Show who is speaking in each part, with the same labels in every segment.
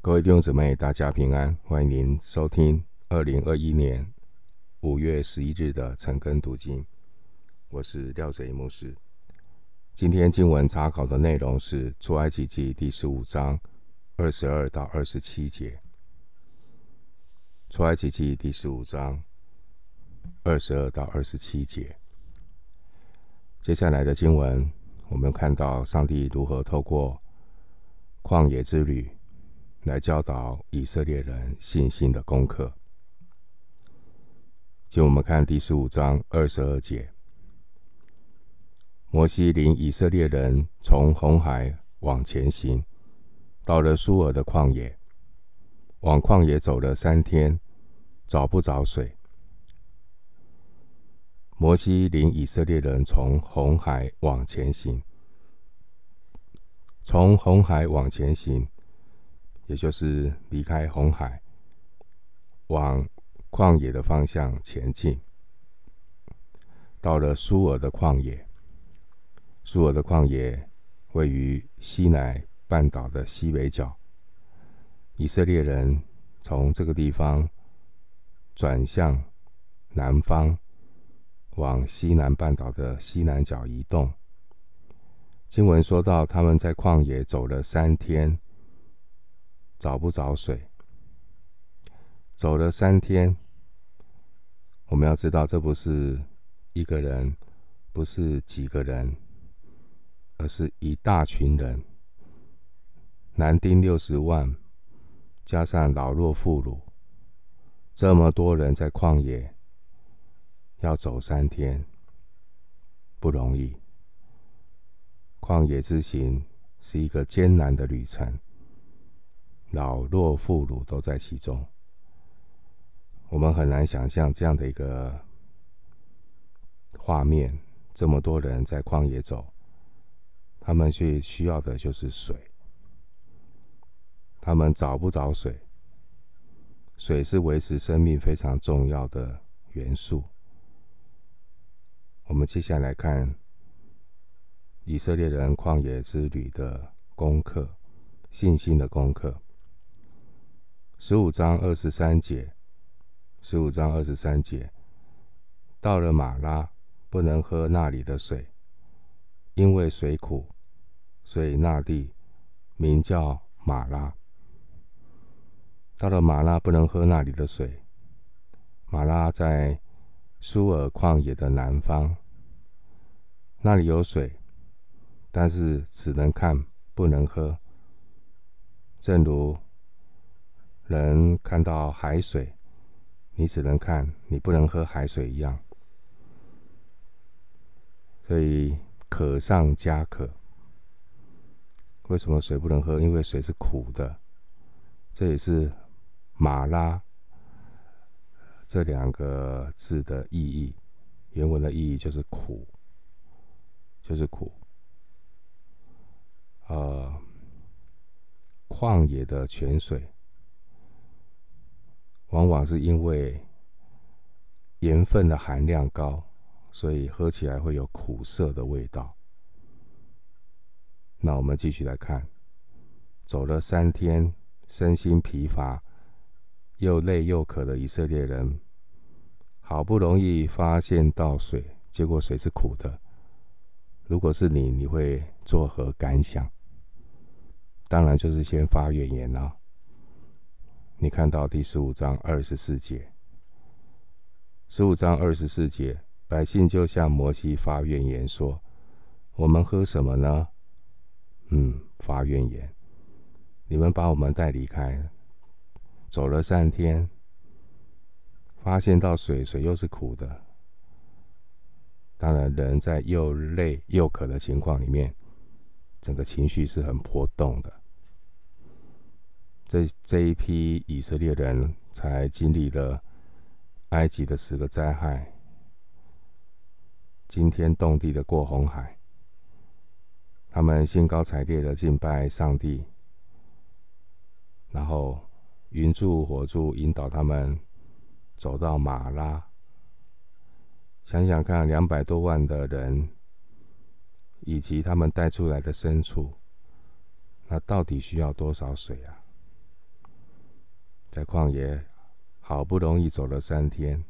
Speaker 1: 各位弟兄姊妹，大家平安，欢迎您收听2021年5月11日的晨更读经。我是廖哲一牧师。今天经文查考的内容是出埃及记第15章22到27节。出埃及记第15章22到27节。接下来的经文，我们看到上帝如何透过旷野之旅来教导以色列人信心的功课。请我们看第15章22节。摩西领以色列人从红海往前行，到了苏尔的旷野，往旷野走了3天，找不着水。摩西领以色列人从红海往前行，从红海往前行，也就是离开红海，往旷野的方向前进。到了苏尔的旷野，苏尔的旷野位于西乃半岛的西北角。以色列人从这个地方转向南方，往西南半岛的西南角移动。经文说到，他们在旷野走了3天，找不着水。走了3天，我们要知道，这不是一个人，不是几个人，而是一大群人，男丁60万，加上老弱妇孺，这么多人在旷野要走3天，不容易。旷野之行是一个艰难的旅程，老弱妇孺都在其中。我们很难想象这样的一个画面，这么多人在旷野走，他们最需要的就是水，他们找不着水。水是维持生命非常重要的元素。我们接下来看以色列人旷野之旅的功课，信心的功课。15章23节，15章23节，到了马拉，不能喝那里的水，因为水苦，所以那地名叫马拉。到了马拉，不能喝那里的水。马拉在苏尔旷野的南方，那里有水，但是只能看，不能喝。正如人看到海水，你只能看，你不能喝海水一样。所以可上加可。为什么水不能喝？因为水是苦的。这也是马拉这2个字的意义，原文的意义就是苦，就是苦。旷野的泉水往往是因为盐分的含量高，所以喝起来会有苦涩的味道。那我们继续来看，走了3天，身心疲乏，又累又渴的以色列人，好不容易发现到水，结果水是苦的。如果是你，你会作何感想？当然就是先发怨言啊。你看到第15章24节，15章24节，百姓就向摩西发怨言说：我们喝什么呢？发怨言。你们把我们带离开，走了3天，发现到水，水又是苦的。当然，人在又累又渴的情况里面，整个情绪是很波动的。这一批以色列人才经历了埃及的10个灾害，惊天动地的过红海。他们兴高采烈的敬拜上帝，然后云柱火柱引导他们走到马拉。想想看，200多万的人以及他们带出来的牲畜，那到底需要多少水啊？ 在旷野好不容易走了3天，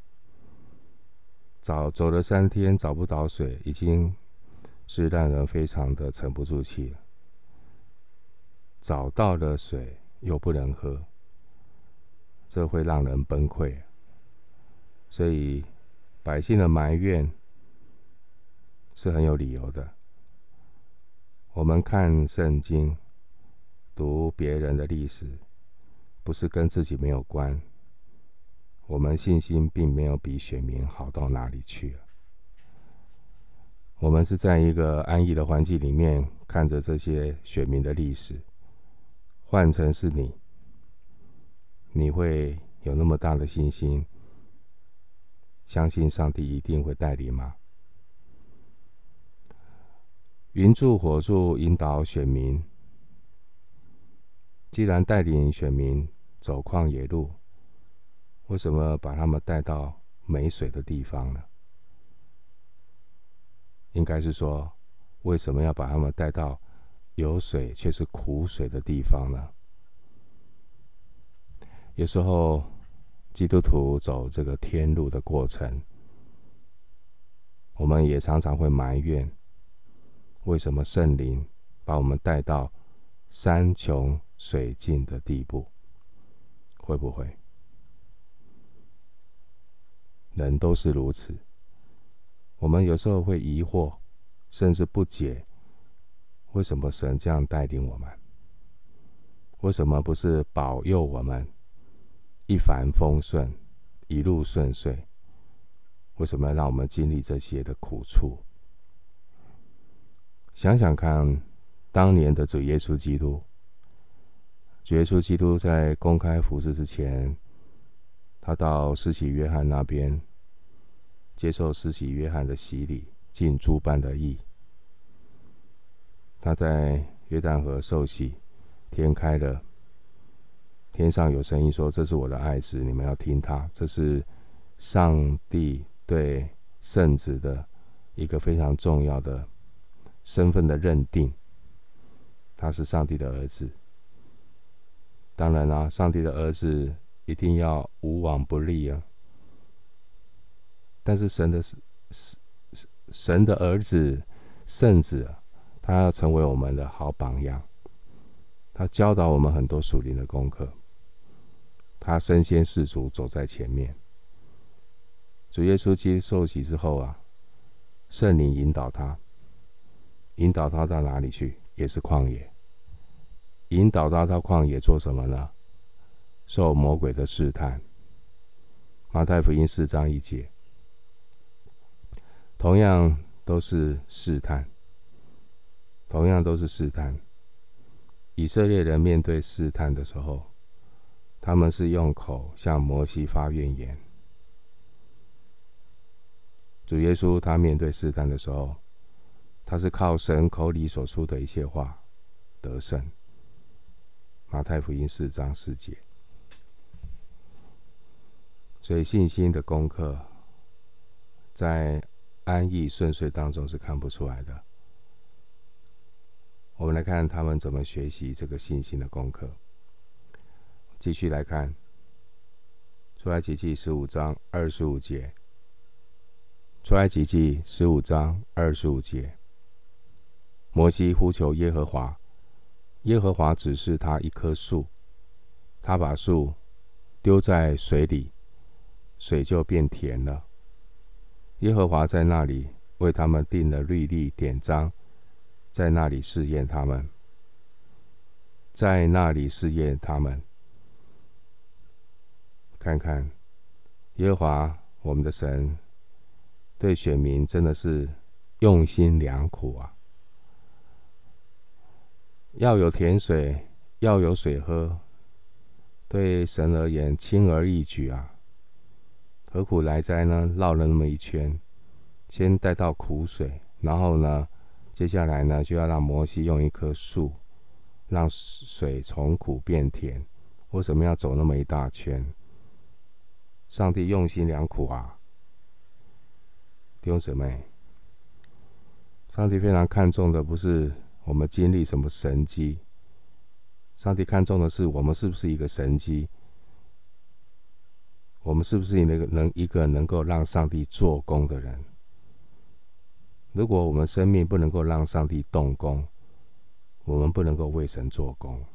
Speaker 1: 走了3天找不到水，已经是让人非常的沉不住气了。找到了水又不能喝，这会让人崩溃。所以百姓的埋怨是很有理由的。我们看圣经，读别人的历史，不是跟自己没有关。我们信心并没有比选民好到哪里去。我们是在一个安逸的环境里面，看着这些选民的历史。换成是你会有那么大的信心，相信上帝一定会带领吗？云柱火柱引导选民，既然带领选民走旷野路，为什么把他们带到没水的地方呢？应该是说，为什么要把他们带到有水却是苦水的地方呢？有时候基督徒走这个天路的过程，我们也常常会埋怨，为什么圣灵把我们带到山穷水尽的地步？会不会？人都是如此。我们有时候会疑惑，甚至不解，为什么神这样带领我们？为什么不是保佑我们一帆风顺，一路顺遂？为什么要让我们经历这些的苦处？想想看，当年的主耶稣基督，主耶稣基督在公开服事之前，他到施洗约翰那边接受施洗约翰的洗礼，尽诸般的义。他在约旦河受洗，天开了，天上有声音说：“这是我的爱子，你们要听他。”这是上帝对圣子的一个非常重要的身份的认定，他是上帝的儿子。当然啦，上帝的儿子一定要无往不利啊。但是神的儿子圣子啊，他要成为我们的好榜样，他教导我们很多属灵的功课，他身先士卒，走在前面。主耶稣基督受洗之后啊，圣灵引导他到哪里去？也是旷野。引导他到旷野做什么呢？受魔鬼的试探。马太福音4章1节。同样都是试探。以色列人面对试探的时候，他们是用口向摩西发怨言。主耶稣他面对试探的时候，他是靠神口里所出的一切话得胜。马太福音4章4节。所以信心的功课在安逸顺遂当中是看不出来的。我们来看他们怎么学习这个信心的功课。继续来看出埃及记15章25节。出埃及记15章25节。摩西呼求耶和华，耶和华指示他一棵树，他把树丢在水里，水就变甜了。耶和华在那里为他们定了律例典章，在那里试验他们。看看耶和华我们的神对选民真的是用心良苦啊！要有甜水，要有水喝，对神而言轻而易举啊！何苦来哉呢？绕了那么一圈，先带到苦水，然后呢，接下来呢，就要让摩西用一棵树，让水从苦变甜。为什么要走那么一大圈？上帝用心良苦啊！弟兄姊妹，上帝非常看重的不是我们经历什么神迹，上帝看重的是我们是不是一个神迹， 我们是不是一个能够让上帝做工的人？如果我们生命不能够让上帝动工，我们不能够为神做工。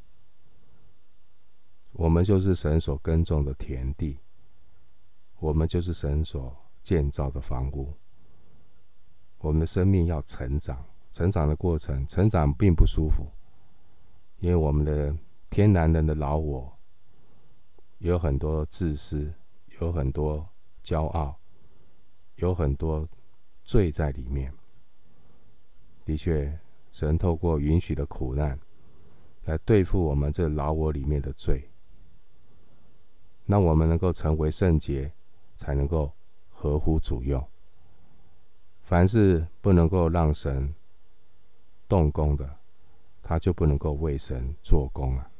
Speaker 1: 我们就是神所耕种的田地，我们就是神所建造的房屋。我们的生命要成长，成长的过程，成长并不舒服，因为我们的天然人的老我有很多自私，有很多骄傲，有很多罪在里面。的确，神透过允许的苦难来对付我们这老我里面的罪，让我们能够成为圣洁，才能够合乎主用。凡是不能够让神动工的，他就不能够为神做工啊。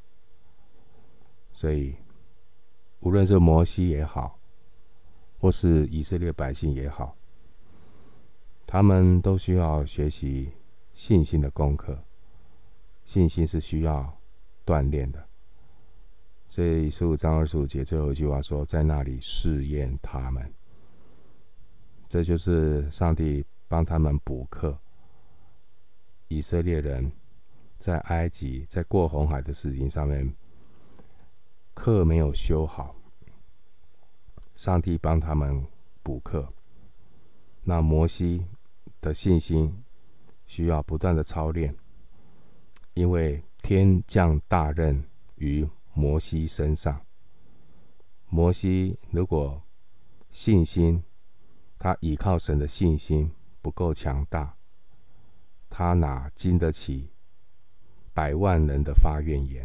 Speaker 1: 所以无论是摩西也好，或是以色列百姓也好，他们都需要学习信心的功课。信心是需要锻炼的。所以15章25节最后一句话说，在那里试验他们。这就是上帝帮他们补课。以色列人在埃及，在过红海的事情上面课没有修好，上帝帮他们补课。那摩西的信心需要不断的操练，因为天降大任于摩西身上。摩西如果信心，他倚靠神的信心不够强大，他哪经得起100万人的发怨言？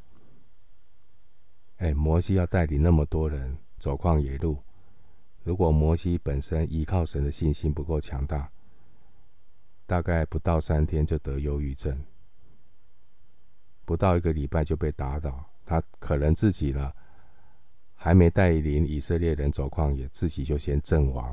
Speaker 1: 摩西要带领那么多人走旷野路，如果摩西本身依靠神的信心不够强大，大概不到3天就得忧郁症，不到1个礼拜就被打倒。他可能自己呢，还没带领以色列人走旷野，自己就先阵亡。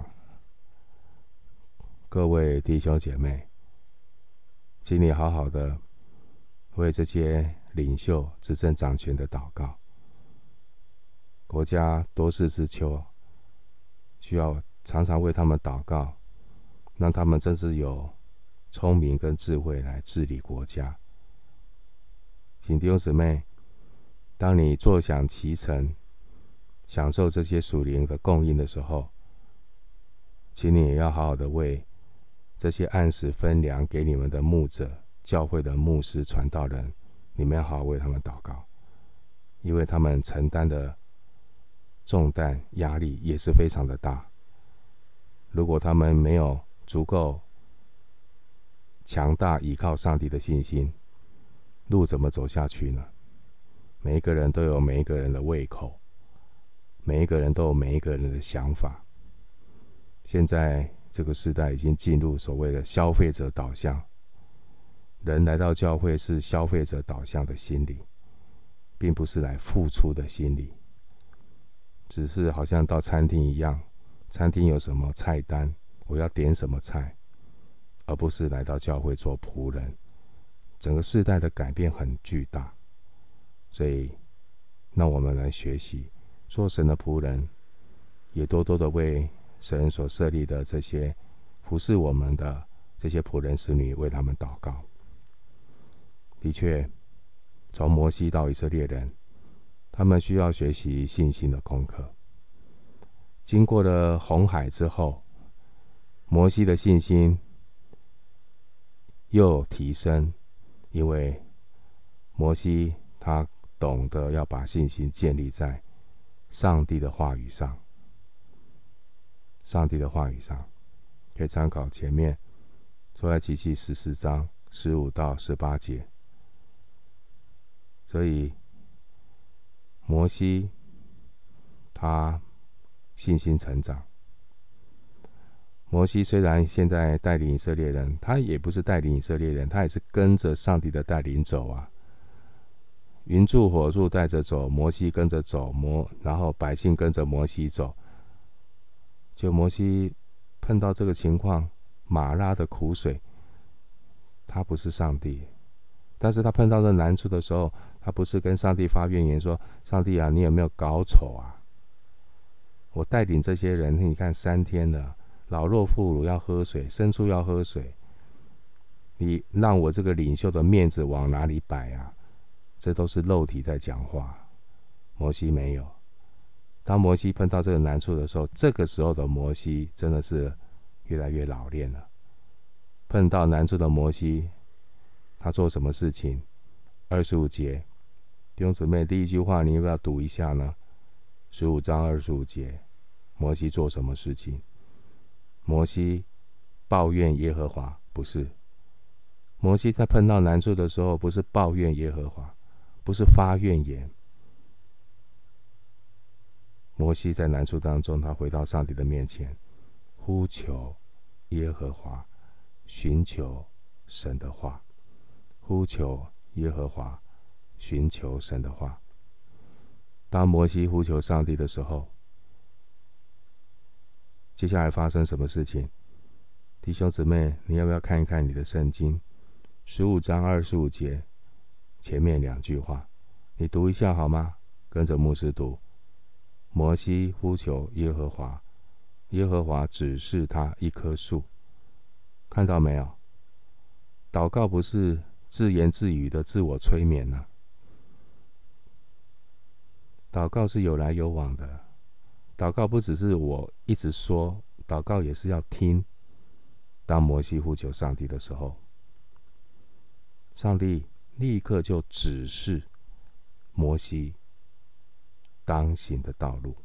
Speaker 1: 各位弟兄姐妹，请你好好的为这些领袖、执政掌权的祷告。国家多事之秋，需要常常为他们祷告，让他们真是有聪明跟智慧来治理国家。请弟兄姊妹，当你坐享其成，享受这些属灵的供应的时候，请你也要好好的为这些按时分粮给你们的牧者、教会的牧师、传道人，你们要好好为他们祷告，因为他们承担的重担、压力也是非常的大。如果他们没有足够强大依靠上帝的信心，路怎么走下去呢？每一个人都有每一个人的胃口，每一个人都有每一个人的想法。现在这个时代已经进入所谓的消费者导向，人来到教会是消费者导向的心理，并不是来付出的心理。只是好像到餐厅一样，餐厅有什么菜单，我要点什么菜，而不是来到教会做仆人。整个世代的改变很巨大，所以让我们来学习做神的仆人，也多多的为神所设立的这些服侍我们的这些仆人使女为他们祷告。的确，从摩西到以色列人，他们需要学习信心的功课。经过了红海之后，摩西的信心又提升，因为摩西他懂得要把信心建立在上帝的话语上。上帝的话语上，可以参考前面出埃及记14章15到18节。所以摩西他信心成长。摩西虽然现在带领以色列人，他也不是带领以色列人，他也是跟着上帝的带领走啊。云柱火柱带着走，摩西跟着走，然后百姓跟着摩西走。就摩西碰到这个情况，马拉的苦水，他不是上帝，但是他碰到这难处的时候，他不是跟上帝发怨言说：上帝啊，你有没有搞丑啊？ 我带领这些人，你看3天了，老弱妇孺要喝水，牲畜要喝水，你让我这个领袖的面子往哪里摆啊？这都是肉体在讲话。摩西没有。当摩西碰到这个难处的时候，这个时候的摩西真的是越来越老练了。碰到难处的摩西，他做什么事情？25节，弟兄姊妹，第一句话你要不要读一下呢？15章25节，摩西做什么事情？摩西抱怨耶和华？不是。摩西在碰到难处的时候，不是抱怨耶和华，不是发怨言。摩西在难处当中，他回到上帝的面前，呼求耶和华，寻求神的话。呼求耶和华，寻求神的话。当摩西呼求上帝的时候，接下来发生什么事情？弟兄姊妹，你要不要看一看你的圣经？15章25节前面2句话，你读一下好吗？跟着牧师读。摩西呼求耶和华，耶和华指示他一棵树。看到没有？祷告不是自言自语的自我催眠啊，祷告是有来有往的。祷告不只是我一直说，祷告也是要听。当摩西呼求上帝的时候，上帝立刻就指示摩西当行的道路。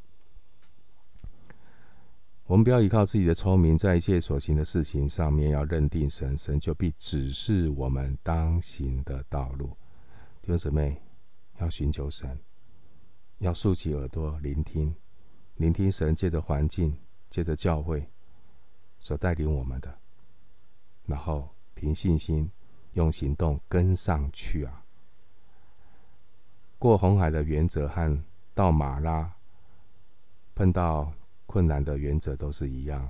Speaker 1: 我们不要依靠自己的聪明，在一切所行的事情上面要认定神，神就必指示我们当行的道路。弟兄姊妹，要寻求神，要竖起耳朵聆听，聆听神借着环境，借着教会所带领我们的，然后凭信心用行动跟上去啊！过红海的原则和到马拉碰到困难的原则都是一样。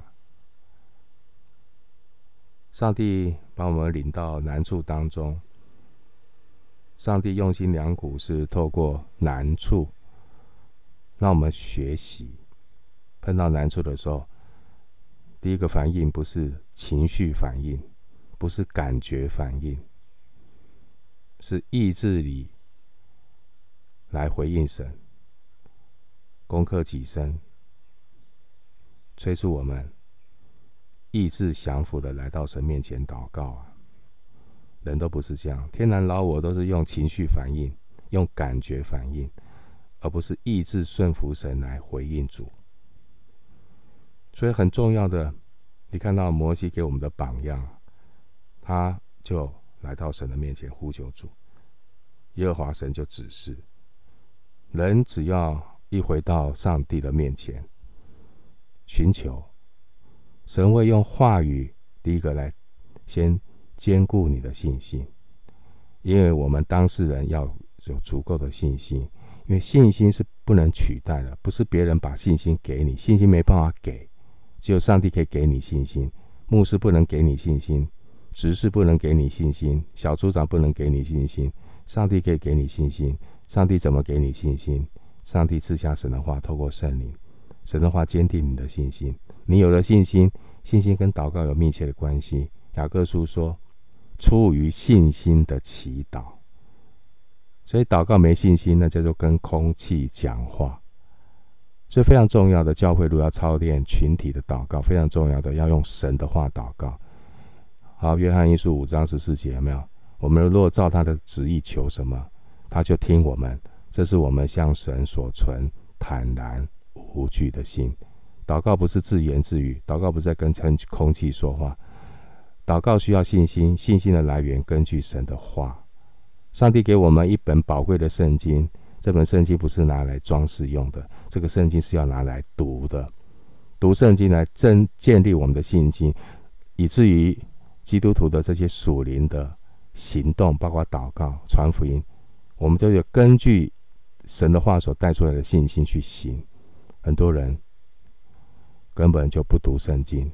Speaker 1: 上帝把我们领到难处当中，上帝用心良苦是透过难处让我们学习。碰到难处的时候，第一个反应不是情绪反应，不是感觉反应，是意志力来回应神，攻克己身，催促我们意志降服的来到神面前祷告啊！人都不是这样，天然老我都是用情绪反应，用感觉反应，而不是意志顺服神来回应主。所以很重要的，你看到摩西给我们的榜样，他就来到神的面前呼求主，耶和华神就指示。人只要一回到上帝的面前寻求，神会用话语第一个来先坚固你的信心，因为我们当事人要有足够的信心，因为信心是不能取代的，不是别人把信心给你，信心没办法给，只有上帝可以给你信心。牧师不能给你信心，执事不能给你信心，小组长不能给你信心，上帝可以给你信心。上帝怎么给你信心？上帝赐下神的话，透过圣灵，神的话坚定你的信心。你有了信心，信心跟祷告有密切的关系。雅各书说，出于信心的祈祷。所以祷告没信心，那叫做跟空气讲话。所以非常重要的，教会如果要操练群体的祷告，非常重要的要用神的话祷告。好，约翰一书5章14节，有没有？我们若照他的旨意求什么，他就听我们。这是我们向神所存坦然无惧的心。祷告不是自言自语，祷告不是在跟空气说话，祷告需要信心，信心的来源根据神的话。上帝给我们一本宝贵的圣经，这本圣经不是拿来装饰用的，这个圣经是要拿来读的。读圣经来建立我们的信心，以至于基督徒的这些属灵的行动，包括祷告、传福音，我们都有根据神的话所带出来的信心去行。很多人根本就不读圣经，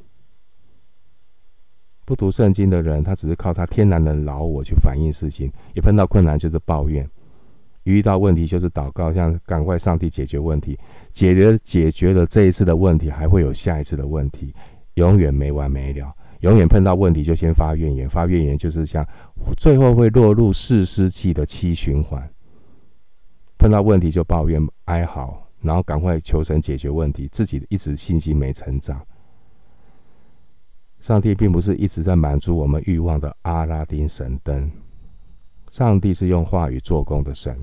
Speaker 1: 不读圣经的人，他只是靠他天然的老我去反映事情，一碰到困难就是抱怨， 遇到问题就是祷告，像赶快上帝解决问题，解决了这一次的问题，还会有下一次的问题，永远没完没了。永远碰到问题就先发怨言，发怨言就是像最后会落入士师记的7循环。碰到问题就抱怨哀嚎，然后赶快求神解决问题，自己一直信心没成长。上帝并不是一直在满足我们欲望的阿拉丁神灯，上帝是用话语做工的神。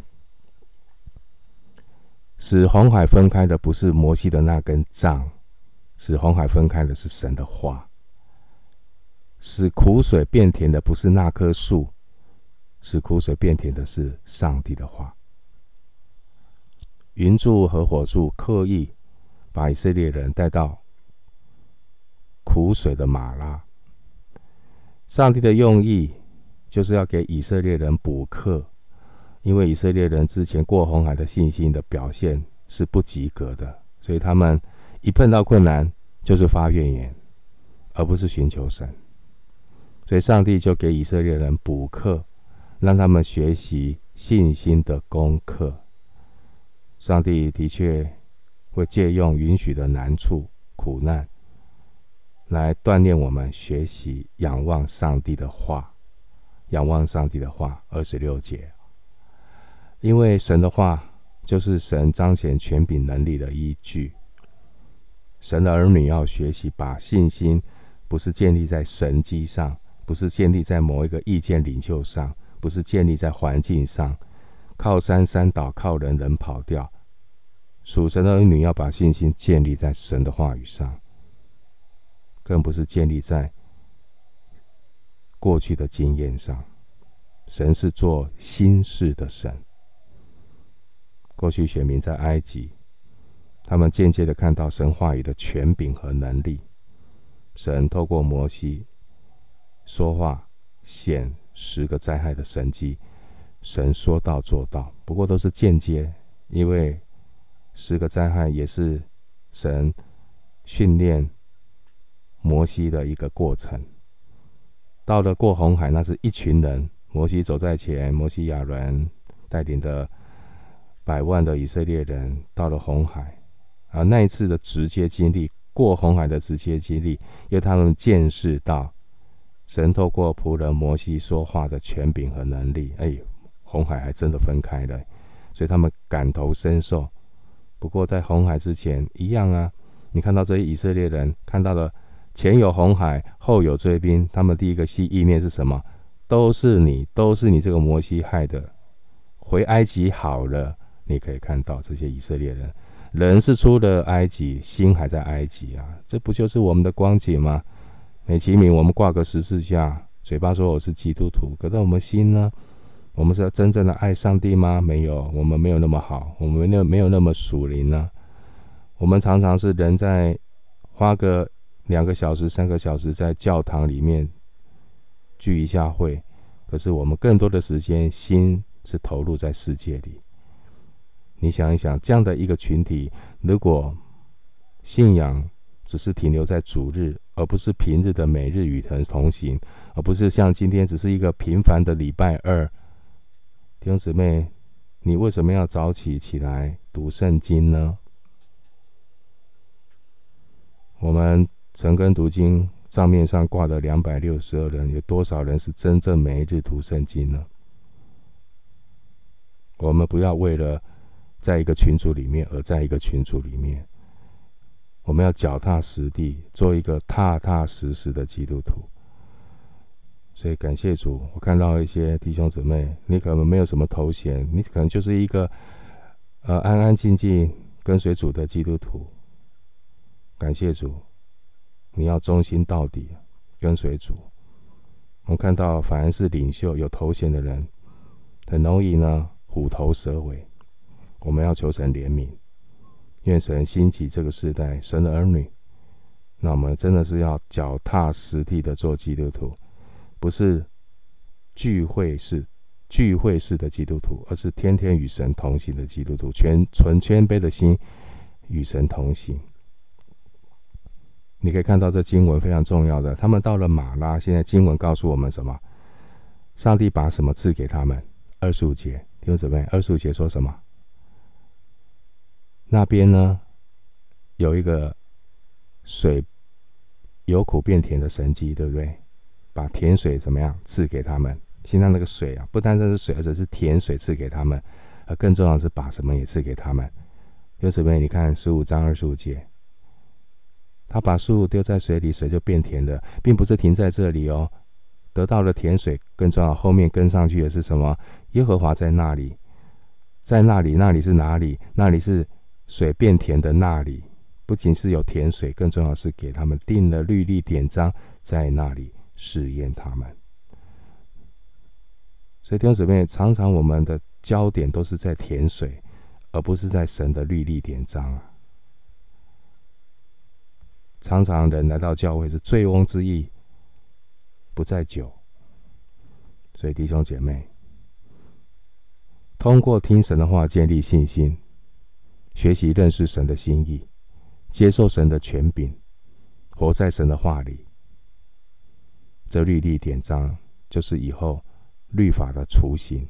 Speaker 1: 使红海分开的不是摩西的那根杖，使红海分开的是神的话。使苦水变甜的不是那棵树，使苦水变甜的是上帝的话。云柱和火柱刻意把以色列人带到苦水的马拉，上帝的用意就是要给以色列人补课，因为以色列人之前过红海的信心的表现是不及格的，所以他们一碰到困难就是发怨言，而不是寻求神。所以上帝就给以色列人补课，让他们学习信心的功课。上帝的确会借用允许的难处、苦难，来锻炼我们学习仰望上帝的话。仰望上帝的话，26节。因为神的话就是神彰显权柄能力的依据。神的儿女要学习把信心不是建立在神迹上，不是建立在某一个意见领袖上，不是建立在环境上，靠山山倒，靠人人跑掉。属神的儿女要把信心建立在神的话语上，更不是建立在过去的经验上。神是做新事的神。过去选民在埃及，他们间接的看到神话语的权柄和能力。神透过摩西说话，显10个灾害的神迹，神说到做到，不过都是间接，因为10个灾害也是神训练摩西的一个过程。到了过红海，那是一群人，摩西走在前，摩西亚伦带领的100万的以色列人到了红海，那一次的直接经历，过红海的直接经历，因为他们见识到神透过仆人摩西说话的权柄和能力，红海还真的分开了，所以他们感同身受。不过在红海之前一样啊，你看到这些以色列人看到了前有红海，后有追兵，他们第一个意念是什么？都是你这个摩西害的，回埃及好了。你可以看到这些以色列人，人是出了埃及，心还在埃及啊，这不就是我们的光景吗？美其名我们挂个十字架，嘴巴说我是基督徒，可是我们心呢？我们是要真正的爱上帝吗？没有，我们没有那么好，我们没有那么属灵呢。我们常常是人在花个2个小时、3个小时在教堂里面聚一下会，可是我们更多的时间心是投入在世界里。你想一想，这样的一个群体，如果信仰只是停留在主日，而不是平日的每日与神同行，而不是像今天只是一个平凡的礼拜二，弟兄姊妹，你为什么要早起来读圣经呢？我们晨更读经账面上挂了262人，有多少人是真正每一日读圣经呢？我们不要为了在一个群组里面而在一个群组里面，我们要脚踏实地，做一个踏踏实实的基督徒。所以感谢主，我看到一些弟兄姊妹，你可能没有什么头衔，你可能就是一个安安静静跟随主的基督徒。感谢主，你要忠心到底，跟随主。我们看到反而是领袖有头衔的人，很容易呢虎头蛇尾。我们要求神怜悯，愿神兴起这个世代神的儿女。那我们真的是要脚踏实地的做基督徒，不是聚会式的基督徒，而是天天与神同行的基督徒，存谦卑的心与神同行。你可以看到这经文非常重要的，他们到了马拉，现在经文告诉我们什么？上帝把什么赐给他们？25节，弟弟兄姊妹，25节说什么？那边呢有一个水由苦变甜的神迹，对不对？把甜水怎么样赐给他们？现在那个水啊，不单单是水，而且是甜水赐给他们，而更重要的是把什么也赐给他们。弟兄姊妹，你看15章25节，他把树丢在水里，水就变甜了，并不是停在这里哦。得到了甜水，更重要，后面跟上去的是什么？耶和华在那里，在那里，那里是哪里？那里是水变甜的那里。不仅是有甜水，更重要的是给他们定了律例典章，在那里试验他们。所以弟兄姊妹，常常我们的焦点都是在甜水，而不是在神的律例典章啊。常常人来到教会是醉翁之意不在酒，所以弟兄姐妹，通过听神的话建立信心，学习认识神的心意，接受神的权柄，活在神的话里。这律例典章就是以后律法的雏形。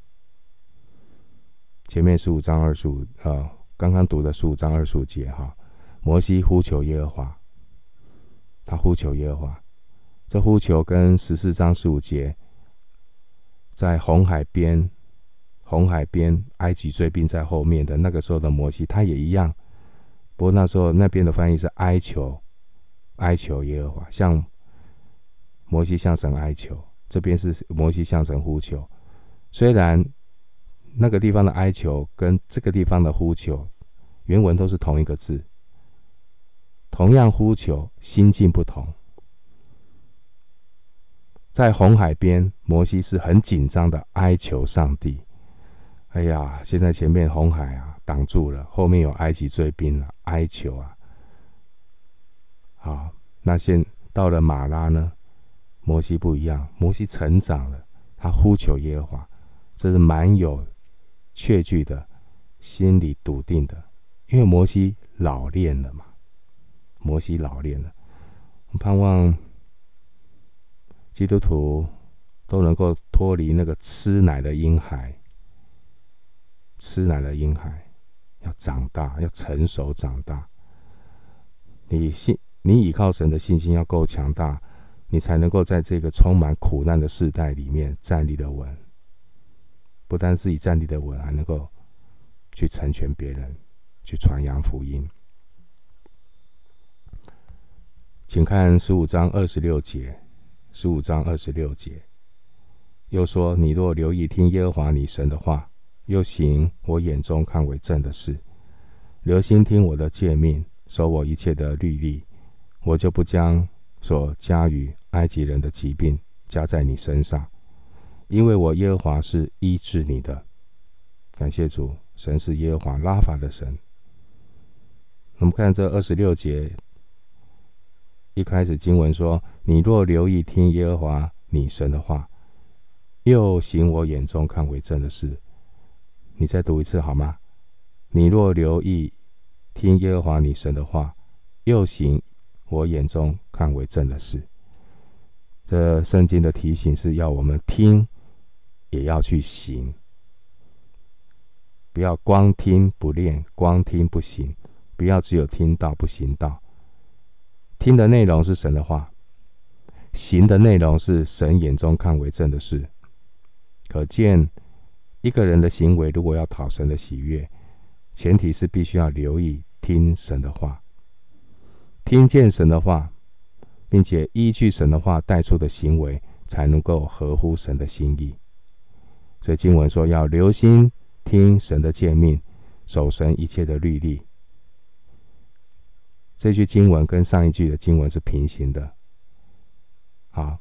Speaker 1: 前面15章25刚刚读的15章25节摩西呼求耶和华，他呼求耶和华。这呼求跟14章15节在红海边埃及追兵在后面的那个时候的摩西，他也一样。不过那时候那边的翻译是哀求耶和华，向摩西向神哀求，这边是摩西向神呼求。虽然那个地方的哀求跟这个地方的呼求原文都是同一个字，同样呼求，心境不同。在红海边，摩西是很紧张的哀求上帝。哎呀，现在前面红海挡住了，后面有埃及追兵哀求好，那现到了马拉呢，摩西不一样，摩西成长了，他呼求耶和华，这是蛮有确据的，心里笃定的，因为摩西老练了嘛。我盼望基督徒都能够脱离那个吃奶的婴孩，要长大，要成熟长大。你倚靠神的信心要够强大，你才能够在这个充满苦难的世代里面站立得稳。不但自己站立得稳，还能够去成全别人，去传扬福音。请看15章26节，又说：你若留意听耶和华你神的话，又行我眼中看为正的事，留心听我的诫命，守我一切的律例，我就不将所加于埃及人的疾病加在你身上，因为我耶和华是医治你的。感谢主，神是耶和华拉法的神。我们看这26节，一开始经文说：你若留意听耶和华你神的话，又行我眼中看为正的事。你再读一次好吗？你若留意听耶和华你神的话，又行我眼中看为正的事。这圣经的提醒是要我们听，也要去行，不要光听不练，光听不行，不要只有听到不行道。听的内容是神的话，行的内容是神眼中看为正的事。可见一个人的行为如果要讨神的喜悦，前提是必须要留意听神的话，听见神的话，并且依据神的话带出的行为，才能够合乎神的心意。所以经文说要留心听神的诫命，守神一切的律例。这句经文跟上一句的经文是平行的，好，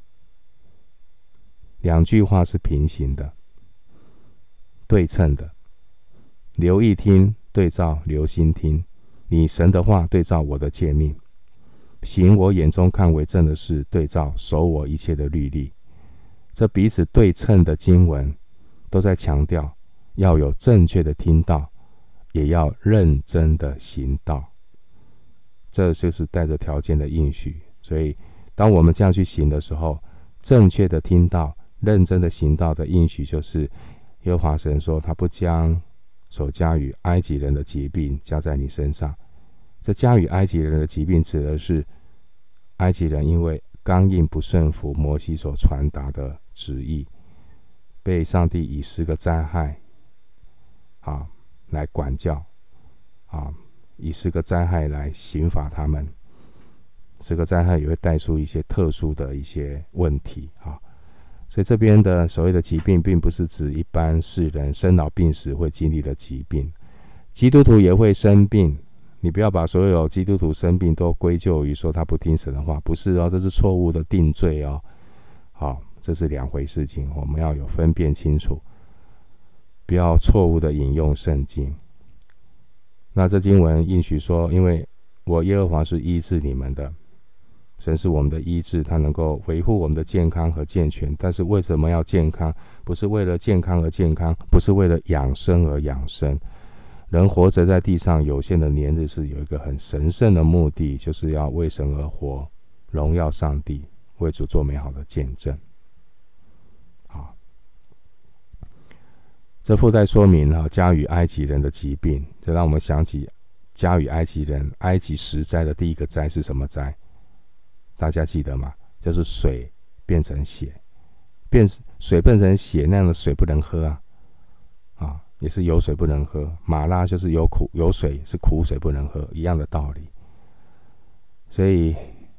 Speaker 1: 两句话是平行的，对称的。留意听对照留心听，你神的话对照我的诫命，行我眼中看为正的事对照守我一切的律例。这彼此对称的经文都在强调要有正确的听道，也要认真的行道。这就是带着条件的应许。所以当我们这样去行的时候，正确的听道，认真的行道的应许就是耶和华神说，他不将所加与埃及人的疾病加在你身上。这加与埃及人的疾病指的是埃及人因为刚硬不顺服摩西所传达的旨意，被上帝以10个灾害来管教以10个灾害来刑罚他们。10个灾害也会带出一些特殊的一些问题所以这边的所谓的疾病，并不是指一般世人生老病死会经历的疾病，基督徒也会生病。你不要把所有基督徒生病都归咎于说他不听神的话，不是这是错误的定罪这是2回事情，我们要有分辨清楚，不要错误的引用圣经。那这经文应许说，因为我耶和华是医治你们的，神是我们的医治，他能够维护我们的健康和健全。但是为什么要健康？不是为了健康而健康，不是为了养生而养生。人活着在地上有限的年日，是有一个很神圣的目的，就是要为神而活，荣耀上帝，为主做美好的见证。这附带说明加与埃及人的疾病，这让我们想起加与埃及人埃及10灾的第一个灾是什么灾？大家记得吗？就是水变成血，水变成血，那样的水不能喝也是有水不能喝。马拉就是有水是苦水不能喝，一样的道理。所以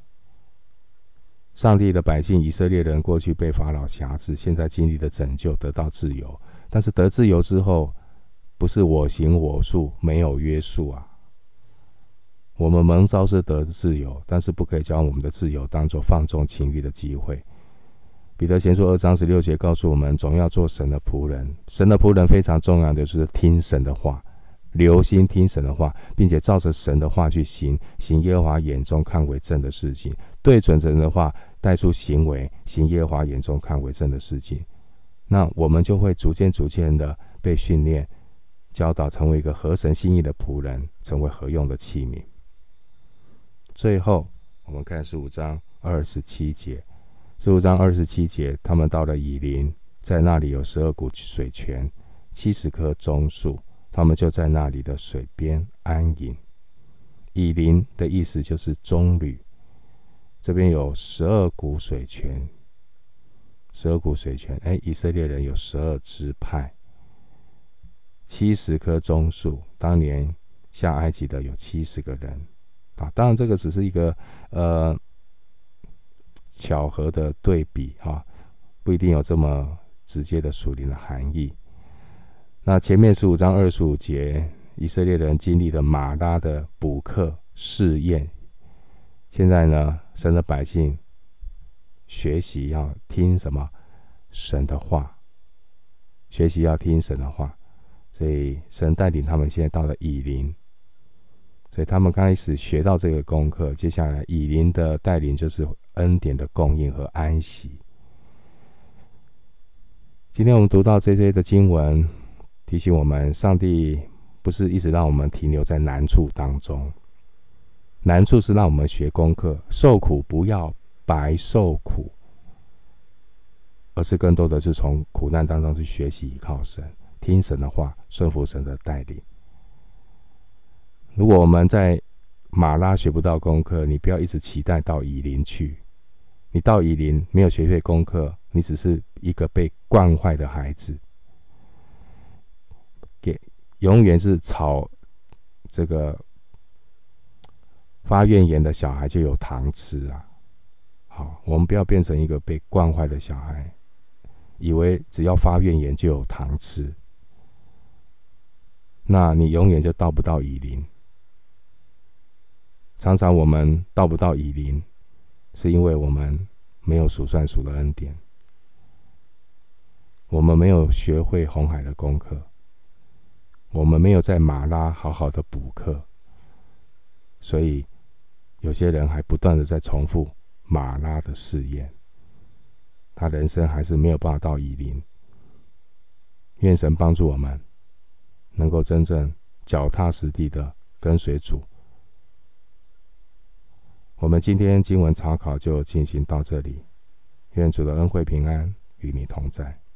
Speaker 1: 上帝的百姓以色列人过去被法老辖制，现在经历的拯救，得到自由。但是得自由之后，不是我行我素，没有约束我们蒙召是得自由，但是不可以将我们的自由当作放纵情欲的机会。彼得前书2章16节告诉我们，总要做神的仆人。神的仆人非常重要的就是听神的话，留心听神的话，并且照着神的话去行耶和华眼中看为正的事情，对准神的话带出行为，行耶和华眼中看为正的事情。那我们就会逐渐的被训练教导，成为一个合神心意的仆人，成为合用的器皿。最后我们看15章27节，15章27节，他们到了以琳，在那里有12股水泉，70棵棕树，他们就在那里的水边安营。以琳的意思就是棕榈，这边有12股水泉，12股水泉，以色列人有12支派，70棵棕树，当年下埃及的有70个人当然这个只是一个巧合的对比不一定有这么直接的属灵的含义。那前面15章25节，以色列人经历了马拉的补课试验，现在呢，神的百姓学习要听什么？神的话，学习要听神的话，所以神带领他们现在到了以琳，所以他们开始学到这个功课。接下来以琳的带领就是恩典的供应和安息。今天我们读到这些的经文，提醒我们，上帝不是一直让我们停留在难处当中，难处是让我们学功课，受苦不要白受苦，而是更多的是从苦难当中去学习依靠神，听神的话，顺服神的带领。如果我们在马拉学不到功课，你不要一直期待到以琳去。你到以琳没有学会功课，你只是一个被惯坏的孩子，永远是吵这个发怨言的小孩就有糖吃好，我们不要变成一个被惯坏的小孩，以为只要发怨言就有糖吃，那你永远就到不到以琳。常常我们到不到以琳，是因为我们没有数算数的恩典，我们没有学会红海的功课，我们没有在马拉好好的补课，所以有些人还不断的在重复马拉的试验，他人生还是没有办法到以琳。愿神帮助我们能够真正脚踏实地的跟随主。我们今天经文查考就进行到这里，愿主的恩惠平安与你同在。